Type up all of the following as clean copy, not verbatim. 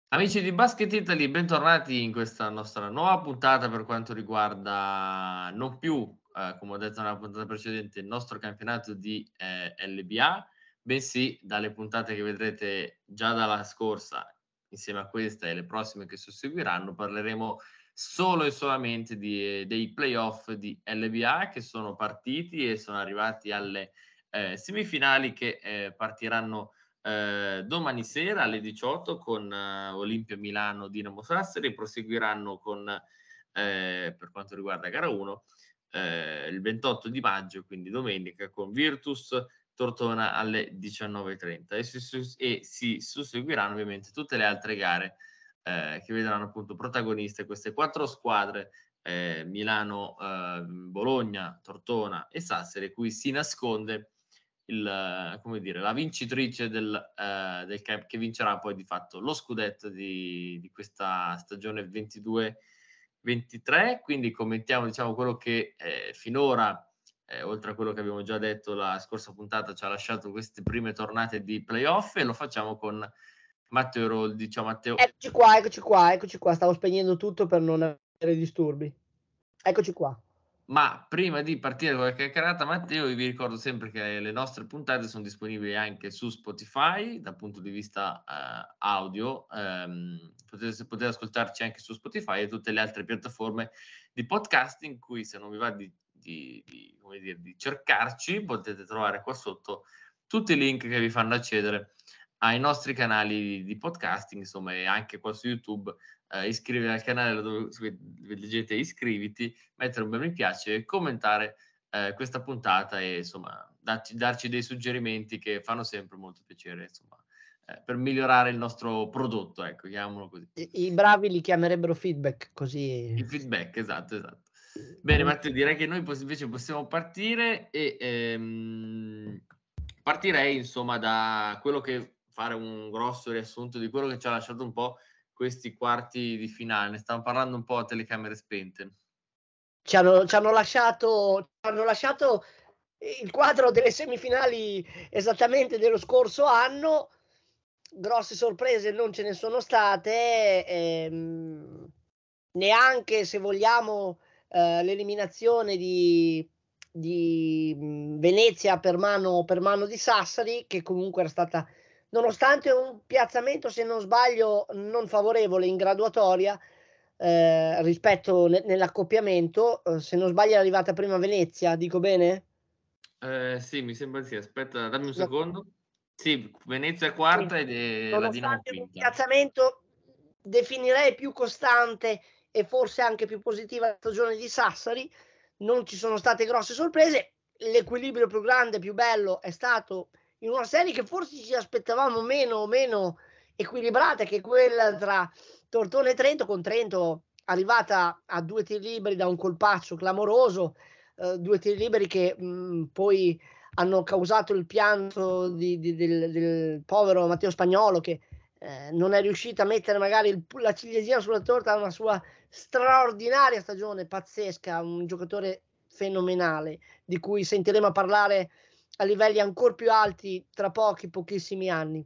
Amici di Basket Italy, bentornati in questa nostra nuova puntata per quanto riguarda non più, come ho detto nella puntata precedente, il nostro campionato di LBA, bensì dalle puntate che vedrete già dalla scorsa, insieme a questa e le prossime che susseguiranno, parleremo solo e solamente dei playoff di LBA che sono partiti e sono arrivati alle semifinali che partiranno domani sera alle 18 con Olimpia Milano, Dinamo Sassari, proseguiranno con per quanto riguarda gara 1 il 28 di maggio, quindi domenica, con Virtus Tortona alle 19:30 e si susseguiranno ovviamente tutte le altre gare che vedranno appunto protagoniste queste 4 squadre Milano, Bologna, Tortona e Sassari, cui si nasconde la vincitrice del cap che vincerà poi di fatto lo scudetto di questa stagione 22-23. Quindi commentiamo, diciamo, quello che finora, oltre a quello che abbiamo già detto la scorsa puntata, ci ha lasciato queste prime tornate di playoff, e lo facciamo con Matteo Roldi. Ciao Matteo. Eccoci qua. Stavo spegnendo tutto per non avere disturbi. Eccoci qua. Ma prima di partire con la chiacchierata, Matteo, io vi ricordo sempre che le nostre puntate sono disponibili anche su Spotify dal punto di vista audio. Potete ascoltarci anche su Spotify e tutte le altre piattaforme di podcasting, in cui, se non vi va di cercarci, potete trovare qua sotto tutti i link che vi fanno accedere ai nostri canali di podcasting, insomma, e anche qua su YouTube. Iscrivervi al canale dove leggete iscriviti, mettere un bel mi piace e commentare questa puntata, e insomma darci dei suggerimenti che fanno sempre molto piacere, insomma, per migliorare il nostro prodotto, ecco, chiamiamolo così. I bravi li chiamerebbero feedback, così Il feedback, esatto, esatto. Bene Matteo, direi che noi invece possiamo partire e partirei insomma da quello che fare un grosso riassunto di quello che ci ha lasciato un po' questi quarti di finale. Ne stavamo parlando un po' a telecamere spente. ci hanno lasciato il quadro delle semifinali esattamente dello scorso anno. Grosse sorprese non ce ne sono state, neanche, se vogliamo, l'eliminazione di Venezia per mano di Sassari, che comunque era stata, nonostante un piazzamento, se non sbaglio, non favorevole in graduatoria, rispetto nell'accoppiamento, se non sbaglio è arrivata prima Venezia, dico bene? Sì, mi sembra di sì. Aspetta, dammi un No, secondo. Sì, Venezia è quindi, quarta e la Dinamo nonostante un quinta. piazzamento definirei più costante e forse anche più positiva la stagione di Sassari, non ci sono state grosse sorprese. L'equilibrio più grande, più bello è stato in una serie che forse ci aspettavamo meno equilibrata, che è quella tra Tortona e Trento, con Trento arrivata a 2 tir liberi da un colpaccio clamoroso, 2 tir liberi che, poi hanno causato il pianto del povero Matteo Spagnolo, che non è riuscito a mettere magari la ciliegina sulla torta a una sua straordinaria stagione, pazzesca, un giocatore fenomenale, di cui sentiremo parlare a livelli ancor più alti tra pochissimi anni.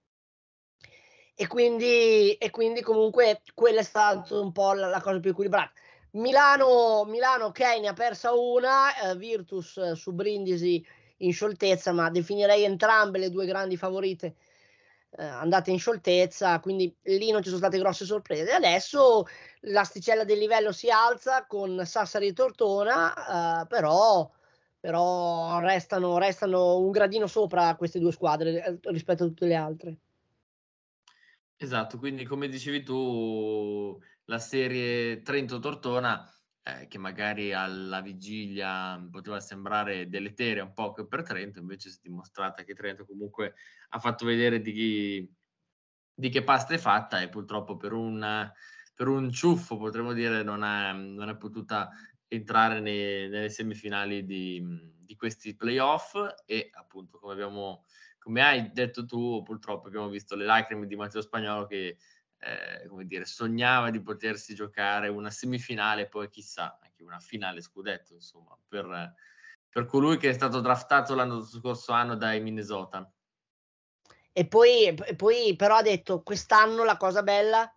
E quindi comunque quella è stato un po' la cosa più equilibrata. Milano okay, ne ha persa una, Virtus su Brindisi in scioltezza, ma definirei entrambe le 2 grandi favorite, andate in scioltezza, quindi lì non ci sono state grosse sorprese. Adesso l'asticella del livello si alza con Sassari e Tortona, però restano un gradino sopra queste 2 squadre, rispetto a tutte le altre. Esatto, quindi come dicevi tu, la serie Trento-Tortona, che magari alla vigilia poteva sembrare deleteria un po' per Trento, invece si è dimostrata che Trento comunque ha fatto vedere di che pasta è fatta, e purtroppo per un ciuffo, potremmo dire, non è potuta entrare nelle semifinali di questi playoff, e appunto come hai detto tu, purtroppo abbiamo visto le lacrime di Matteo Spagnolo che, come dire, sognava di potersi giocare una semifinale e poi chissà anche una finale scudetto, insomma, per colui che è stato draftato l'anno scorso anno dai Minnesota. E poi però ha detto quest'anno la cosa bella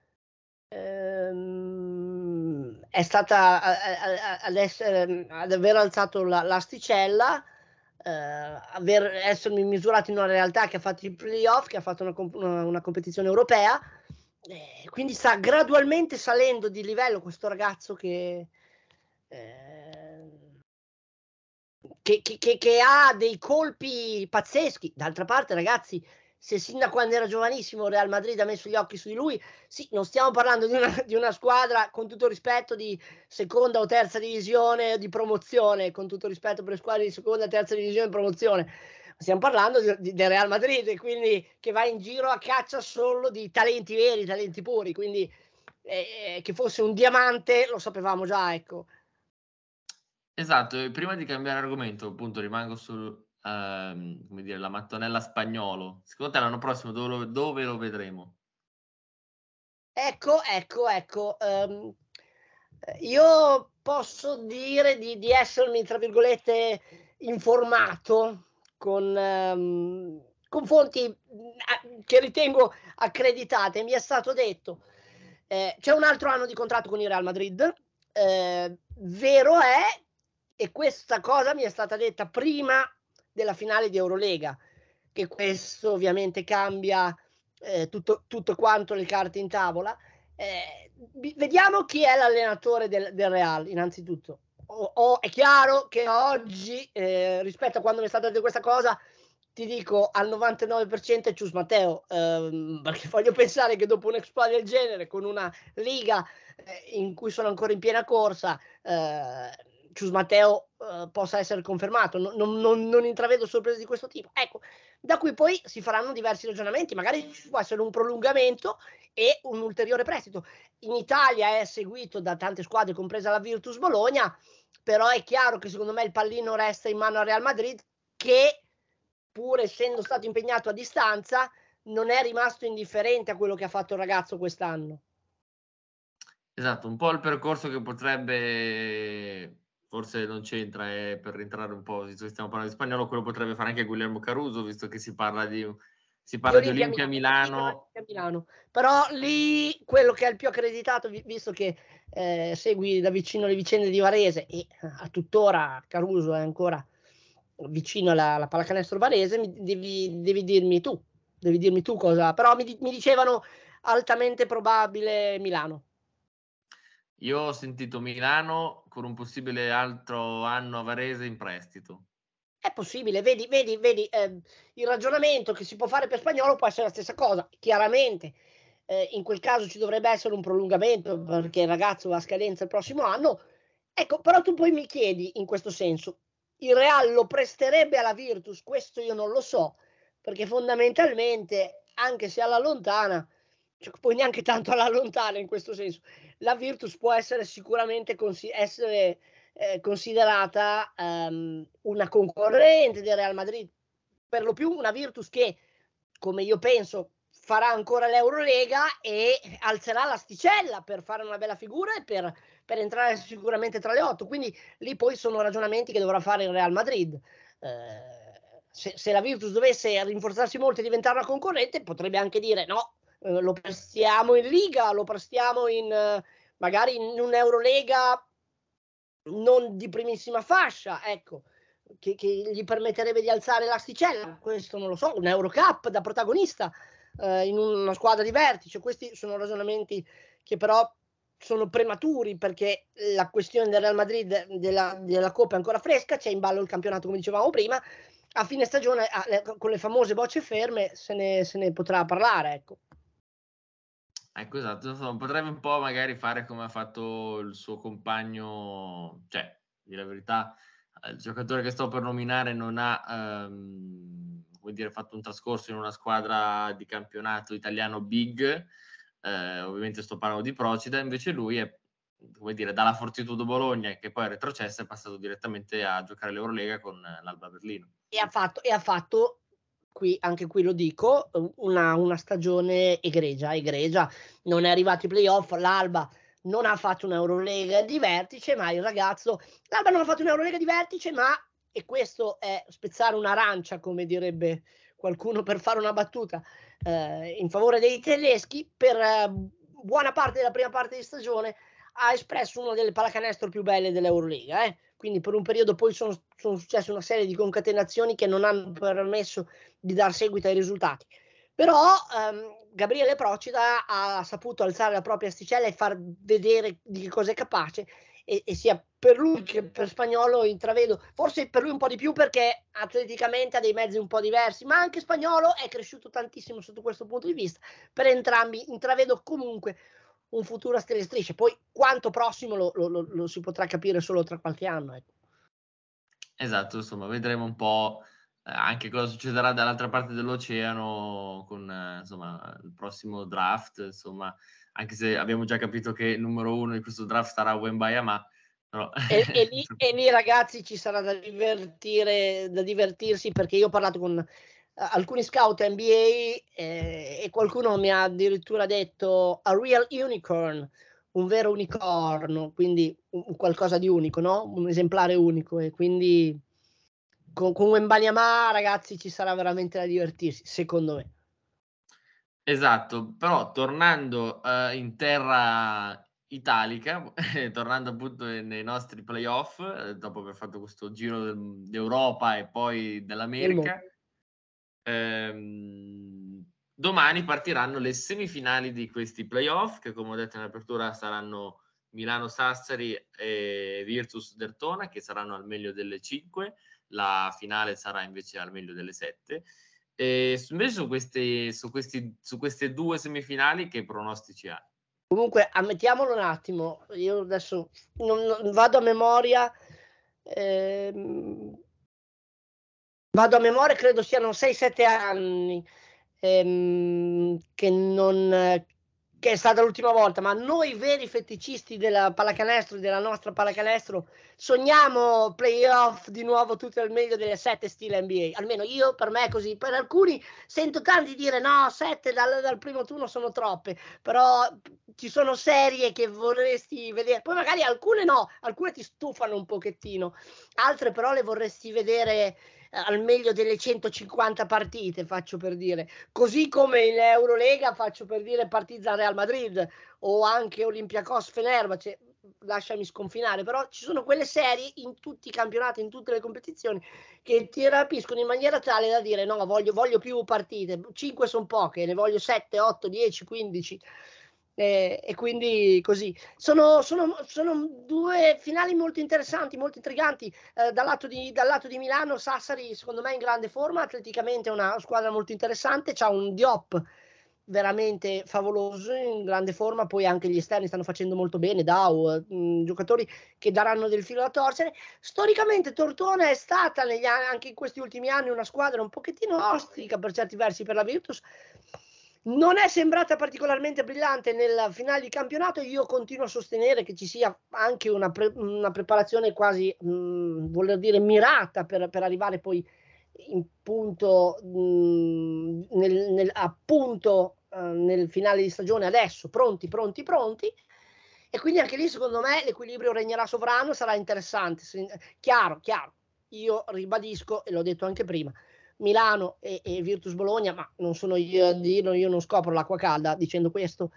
è stata ad aver alzato l'asticella, essermi misurato in una realtà che ha fatto i playoff, che ha fatto una competizione europea, quindi sta gradualmente salendo di livello questo ragazzo che ha dei colpi pazzeschi. D'altra parte, ragazzi, se sin da quando era giovanissimo Real Madrid ha messo gli occhi su di lui, sì, non stiamo parlando di una squadra, con tutto rispetto, di seconda o terza divisione di promozione, con tutto rispetto per le squadre di seconda e terza divisione di promozione, stiamo parlando del Real Madrid, quindi che va in giro a caccia solo di talenti veri, talenti puri, quindi che fosse un diamante lo sapevamo già, ecco. Esatto, e prima di cambiare argomento, appunto, rimango sul come dire, la mattonella Spagnolo. Secondo te l'anno prossimo dove lo vedremo? Ecco. Io posso dire di essermi, tra virgolette, informato con fonti che ritengo accreditate. Mi è stato detto, c'è un altro anno di contratto con il Real Madrid. Vero è, e questa cosa mi è stata detta prima della finale di Eurolega, che questo ovviamente cambia tutto quanto le carte in tavola. Vediamo chi è l'allenatore del Real, innanzitutto. È chiaro che oggi, rispetto a quando mi è stata detta questa cosa, ti dico al 99% è Chus Matteo, perché voglio pensare che dopo un exploit del genere, con una liga in cui sono ancora in piena corsa, Chus Matteo possa essere confermato. Non intravedo sorprese di questo tipo. Ecco, da cui poi si faranno diversi ragionamenti, magari ci può essere un prolungamento e un ulteriore prestito. In Italia è seguito da tante squadre, compresa la Virtus Bologna, però è chiaro che secondo me il pallino resta in mano al Real Madrid, che pur essendo stato impegnato a distanza non è rimasto indifferente a quello che ha fatto il ragazzo quest'anno. Esatto, un po' il percorso che potrebbe, forse non c'entra, per rientrare un po', visto che stiamo parlando di spagnolo, quello potrebbe fare anche Guillermo Caruso, visto che si parla di Olimpia Milano. Milano. Però lì quello che è il più accreditato, visto che segui da vicino le vicende di Varese e a tuttora Caruso è ancora vicino alla pallacanestro Varese, devi dirmi tu cosa. Però mi dicevano altamente probabile Milano. Io ho sentito Milano con un possibile altro anno a Varese in prestito. È possibile, vedi, il ragionamento che si può fare per Spagnolo può essere la stessa cosa. Chiaramente, in quel caso ci dovrebbe essere un prolungamento perché il ragazzo va a scadenza il prossimo anno. Ecco, però tu poi mi chiedi in questo senso, il Real lo presterebbe alla Virtus? Questo io non lo so, perché fondamentalmente, anche se alla lontana, cioè poi neanche tanto alla lontana in questo senso, la Virtus può essere sicuramente considerata una concorrente del Real Madrid, per lo più una Virtus che, come io penso, farà ancora l'Eurolega e alzerà l'asticella per fare una bella figura e per entrare sicuramente tra le 8. Quindi lì poi sono ragionamenti che dovrà fare il Real Madrid. Se la Virtus dovesse rinforzarsi molto e diventare una concorrente, potrebbe anche dire no, lo prestiamo in Liga, lo prestiamo magari in un'Eurolega non di primissima fascia, ecco, che gli permetterebbe di alzare l'asticella. Questo non lo so, un Eurocup da protagonista in una squadra di vertice. Questi sono ragionamenti che però sono prematuri, perché la questione del Real Madrid della Coppa è ancora fresca, c'è in ballo il campionato come dicevamo prima. A fine stagione, con le famose bocce ferme, se ne potrà parlare, ecco. Ecco, esatto, insomma, potrebbe un po' magari fare come ha fatto il suo compagno, cioè, dire la verità, il giocatore che sto per nominare non ha, come dire, fatto un trascorso in una squadra di campionato italiano big, ovviamente sto parlando di Procida, invece lui è, come dire, dalla Fortitudo Bologna, che poi è retrocessa, è passato direttamente a giocare l'Eurolega con l'Alba Berlino. E ha fatto anche qui lo dico, una stagione egregia. Non è arrivato ai playoff, l'Alba non ha fatto un'Eurolega di vertice, ma l'Alba non ha fatto un'Eurolega di vertice, ma, e questo è spezzare un'arancia, come direbbe qualcuno per fare una battuta in favore dei tedeschi, per buona parte della prima parte di stagione ha espresso una delle pallacanestro più belle dell'Euroliga. Quindi per un periodo poi sono successe una serie di concatenazioni che non hanno permesso di dar seguito ai risultati. Però Gabriele Procida ha saputo alzare la propria asticella e far vedere di che cosa è capace, e sia per lui che per Spagnolo intravedo, forse per lui un po' di più perché atleticamente ha dei mezzi un po' diversi, ma anche Spagnolo è cresciuto tantissimo sotto questo punto di vista. Per entrambi intravedo comunque un futuro a stelle e strisce, poi quanto prossimo lo si potrà capire solo tra qualche anno, ecco. Esatto, insomma, vedremo un po' anche cosa succederà dall'altra parte dell'oceano con insomma, il prossimo draft, insomma, anche se abbiamo già capito che il numero 1 di questo draft sarà Wembanyama, però e lì ragazzi ci sarà da divertirsi, perché io ho parlato con alcuni scout NBA e qualcuno mi ha addirittura detto a real unicorn, un vero unicorno, quindi qualcosa di unico, no? Un esemplare unico, e quindi con Wembanyama, ragazzi, ci sarà veramente da divertirsi, secondo me. Esatto, però tornando in terra italica, tornando appunto nei nostri playoff, dopo aver fatto questo giro d'Europa e poi dell'America, domani partiranno le semifinali di questi playoff, che come ho detto in apertura saranno Milano Sassari e Virtus Derthona, che saranno al meglio delle 5, la finale sarà invece al meglio delle 7. E invece su queste due semifinali che pronostici hai? Comunque, ammettiamolo un attimo, io adesso non vado a memoria, vado a memoria, credo siano 6-7 anni che è stata l'ultima volta, ma noi veri feticisti della pallacanestro, della nostra pallacanestro, sogniamo playoff di nuovo tutti al meglio delle 7 stile NBA, almeno io, per me è così. Per alcuni sento tanti dire no, 7 dal primo turno sono troppe, però ci sono serie che vorresti vedere, poi magari alcune no, alcune ti stufano un pochettino, altre però le vorresti vedere al meglio delle 150 partite, faccio per dire, così come in Eurolega, faccio per dire, Partizan Real Madrid o anche Olympiacos Fenerbahce, lasciami sconfinare, però ci sono quelle serie in tutti i campionati, in tutte le competizioni, che ti rapiscono in maniera tale da dire no, voglio più partite, 5 sono poche, ne voglio 7, 8, 10, 15. E quindi così sono due finali molto interessanti, molto intriganti. Dal lato di Milano, Sassari secondo me è in grande forma, atleticamente è una squadra molto interessante, c'ha un Diop veramente favoloso, in grande forma, poi anche gli esterni stanno facendo molto bene, Dau, giocatori che daranno del filo da torcere. Storicamente Tortona è stata anche in questi ultimi anni una squadra un pochettino ostica per certi versi per la Virtus. Non è sembrata particolarmente brillante nella finale di campionato. Io continuo a sostenere che ci sia anche una preparazione quasi, voler dire, mirata per arrivare poi in punto appunto nel finale di stagione adesso, pronti, e quindi anche lì secondo me l'equilibrio regnerà sovrano, sarà interessante. Chiaro, io ribadisco, e l'ho detto anche prima, Milano e Virtus Bologna, ma non sono io a dirlo, io non scopro l'acqua calda dicendo questo,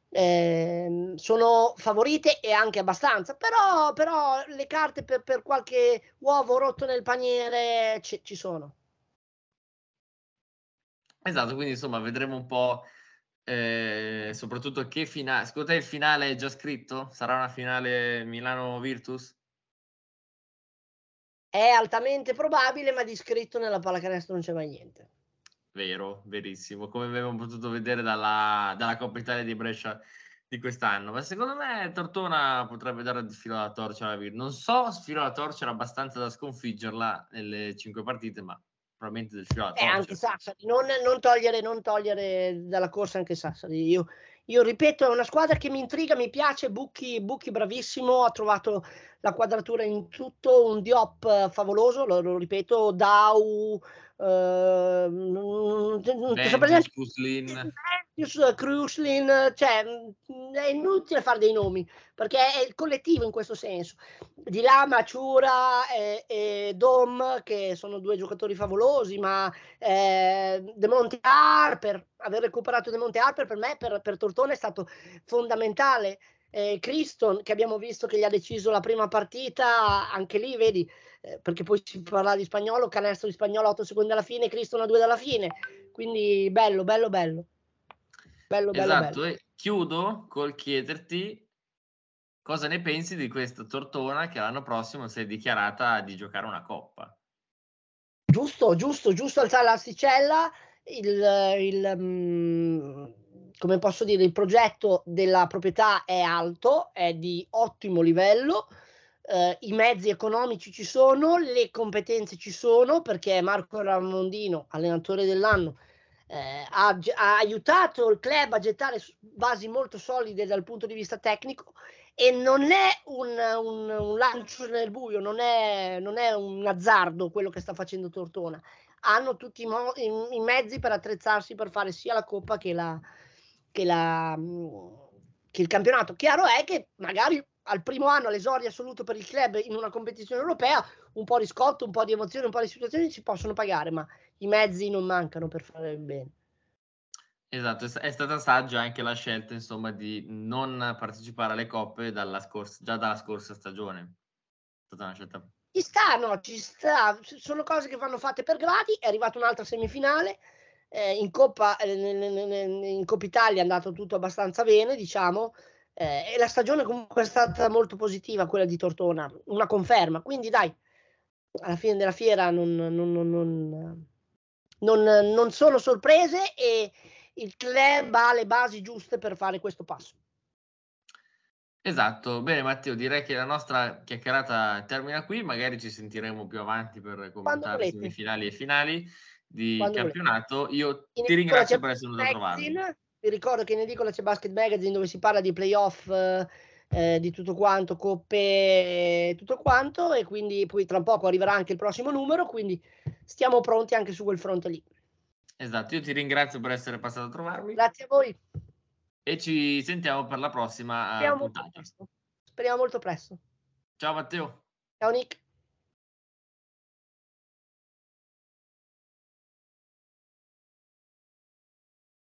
sono favorite, e anche abbastanza, però le carte per qualche uovo rotto nel paniere ci sono. Esatto, quindi insomma vedremo un po' soprattutto che finale. Secondo te il finale è già scritto? Sarà una finale Milano-Virtus? È altamente probabile, ma di scritto nella pallacanestro non c'è mai niente. Vero, verissimo, come abbiamo potuto vedere dalla Coppa Italia di Brescia di quest'anno. Ma secondo me Tortona potrebbe dare il filo alla torcera alla Virtus. Non so se filo alla torcera abbastanza da sconfiggerla nelle 5 partite, ma probabilmente del filo alla torcera. Anche Sassari, non togliere dalla corsa anche Sassari. Io ripeto, è una squadra che mi intriga, mi piace. Bucchi bravissimo, ha trovato la quadratura in tutto, un Diop favoloso, lo ripeto, Dau, non ti saprei Benjic, neanche Kuslin. Kruslin, cioè è inutile fare dei nomi perché è il collettivo in questo senso. Di là Maciura e Dom, che sono due giocatori favolosi, ma De Monte Harper, aver recuperato De Monte Harper per me, per Tortona è stato fondamentale. Criston, che abbiamo visto che gli ha deciso la prima partita, anche lì vedi, perché poi si parla di Spagnolo, canestro di Spagnolo 8 secondi alla fine, Criston a 2 dalla fine, quindi bello. Esatto, e chiudo col chiederti cosa ne pensi di questa Tortona che l'anno prossimo si è dichiarata di giocare una coppa. Giusto alzare l'asticella, come posso dire, il progetto della proprietà è alto, è di ottimo livello, i mezzi economici ci sono, le competenze ci sono, perché Marco Ramondino, allenatore dell'anno, ha aiutato il club a gettare basi molto solide dal punto di vista tecnico, e non è un lancio nel buio, non è un azzardo quello che sta facendo Tortona. Hanno tutti i mezzi per attrezzarsi per fare sia la Coppa che il campionato. Chiaro è che magari al primo anno, all'esordio assoluto per il club in una competizione europea, un po' di scotto, un po' di emozione, un po' di situazioni si possono pagare, ma i mezzi non mancano per fare il bene. Esatto, è stata saggia anche la scelta, insomma, di non partecipare alle coppe già dalla scorsa stagione. È stata una scelta. Ci sta, sono cose che vanno fatte per gradi. È arrivata un'altra semifinale, in Coppa, in Coppa Italia è andato tutto abbastanza bene, diciamo, e la stagione comunque è stata molto positiva, quella di Tortona, una conferma. Quindi dai, alla fine della fiera non sono sorprese, e il club ha le basi giuste per fare questo passo. Esatto, bene Matteo, direi che la nostra chiacchierata termina qui, magari ci sentiremo più avanti per commentare semifinali e finali di campionato. Io ti ringrazio per essere venuto a trovarmi. Vi ricordo che in edicola c'è Basket Magazine, dove si parla di playoff, di tutto quanto, coppe, tutto quanto, e quindi poi tra poco arriverà anche il prossimo numero, quindi stiamo pronti anche su quel fronte lì. Esatto, io ti ringrazio per essere passato a trovarmi. Grazie a voi. E ci sentiamo per la prossima puntata. Speriamo molto presto. Ciao Matteo. Ciao Nick.